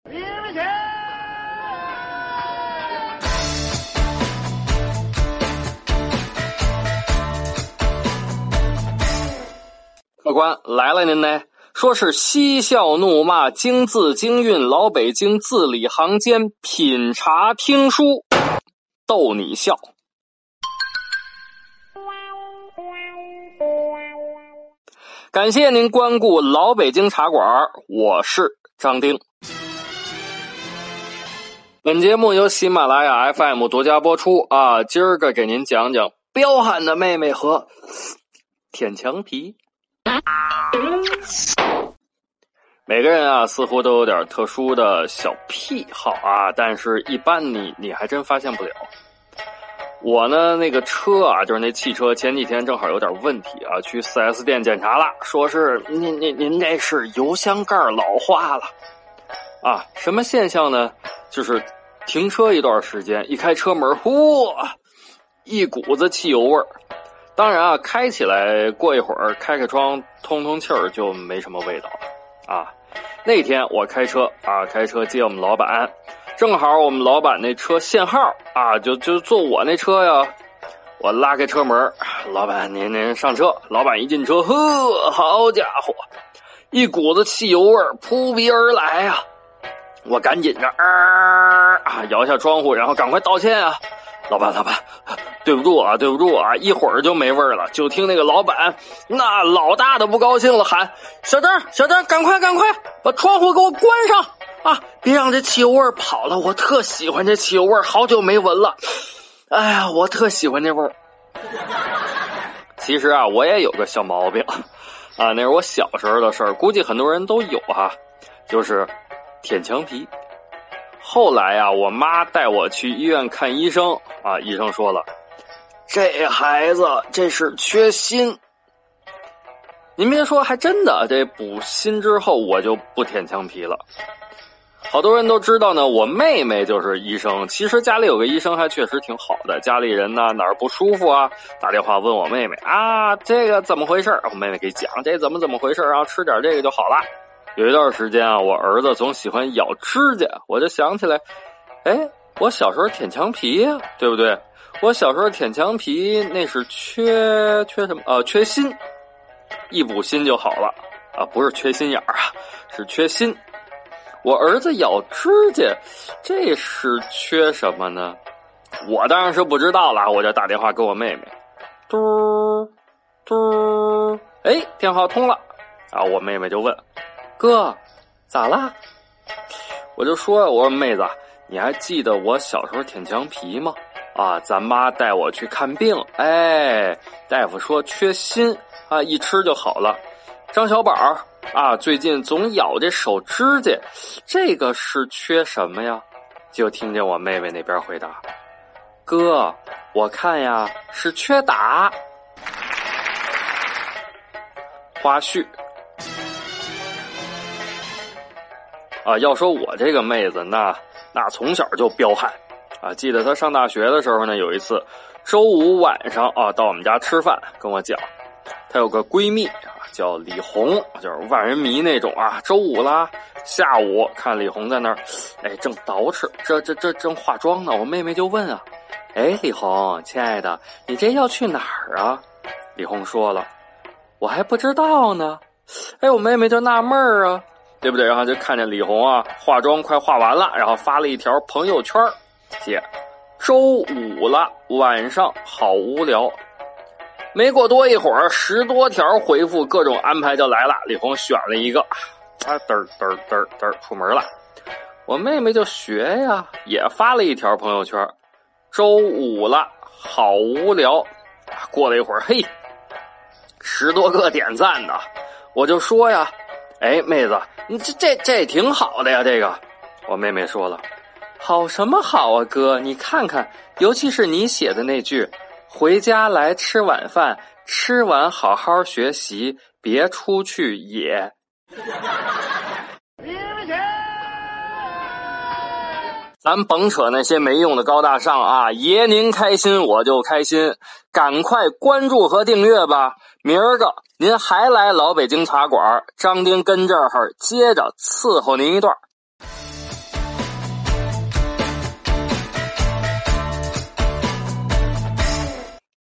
客官来了您呢，说是嬉笑怒骂，京字京韵，老北京字里行间，品茶听书，逗你笑。感谢您光顾老北京茶馆，我是张丁。本节目由喜马拉雅 FM 独家播出啊，今儿个给您讲讲彪悍的妹妹和舔墙皮。每个人啊似乎都有点特殊的小癖好啊，但是一般你还真发现不了。我呢那个车啊，就是那汽车，前几天正好有点问题啊，去 4S 店检查了，说是您这是油箱盖老化了啊。什么现象呢？就是停车一段时间，一开车门，一股子汽油味儿。当然啊，开起来过一会儿开窗通气儿就没什么味道了啊。那天我开车接我们老板，正好我们老板那车限号啊，就坐我那车呀。我拉开车门，老板您上车。老板一进车，好家伙，一股子汽油味儿扑鼻而来啊！我赶紧着摇下窗户，然后赶快道歉啊。老板，对不住啊，一会儿就没味儿了。就听那个老板那老大的不高兴了，喊小张，赶快把窗户给我关上啊！别让这汽油味儿跑了，我特喜欢这汽油味儿，好久没闻了。哎呀，我特喜欢这味儿。其实啊，我也有个小毛病啊，那是我小时候的事儿，估计很多人都有哈，就是舔墙皮。后来啊，我妈带我去医院看医生啊，医生说了，这孩子这是缺锌。您别说，还真的，这补锌之后我就不舔墙皮了。好多人都知道呢，我妹妹就是医生，其实家里有个医生还确实挺好的，家里人呢哪儿不舒服啊，打电话问我妹妹啊，这个怎么回事，我妹妹给讲这怎么回事啊，吃点这个就好了。有一段时间啊，我儿子总喜欢咬指甲，我就想起来，我小时候舔墙皮呀，对不对？我小时候舔墙皮那是缺什么？缺锌，一补锌就好了啊，不是缺心眼儿啊，是缺锌。我儿子咬指甲，这是缺什么呢？我当然是不知道了，我就打电话给我妹妹，嘟，电话通了啊，我妹妹就问。哥，咋啦？我就说，我说妹子，你还记得我小时候舔墙皮吗？啊，咱妈带我去看病，大夫说缺锌啊，一吃就好了。张小宝啊，最近总咬这手指甲，这个是缺什么呀？就听见我妹妹那边回答，哥，我看呀是缺打。花絮。啊，要说我这个妹子，那从小就彪悍啊！记得她上大学的时候呢，有一次周五晚上啊，到我们家吃饭，跟我讲，她有个闺蜜啊，叫李红，就是万人迷那种啊。周五啦，下午看李红在那儿，正捯饬，这正化妆呢。我妹妹就问啊，李红，亲爱的，你这要去哪儿啊？李红说了，我还不知道呢。我妹妹就纳闷儿啊。对不对？然后就看见李红啊，化妆快化完了，然后发了一条朋友圈，写周五了，晚上好无聊。没过多一会儿，10多条回复，各种安排就来了。李红选了一个，出门了。我妹妹就学呀，也发了一条朋友圈，周五了，好无聊。过了一会儿，10多个点赞呢。我就说呀，妹子，你这挺好的呀，这个。我妹妹说了，好什么好啊哥，你看看，尤其是你写的那句，回家来吃晚饭，吃完好好学习，别出去野。咱甭扯那些没用的高大上啊，爷您开心我就开心，赶快关注和订阅吧。明儿个您还来老北京茶馆，张丁跟这儿接着伺候您一段。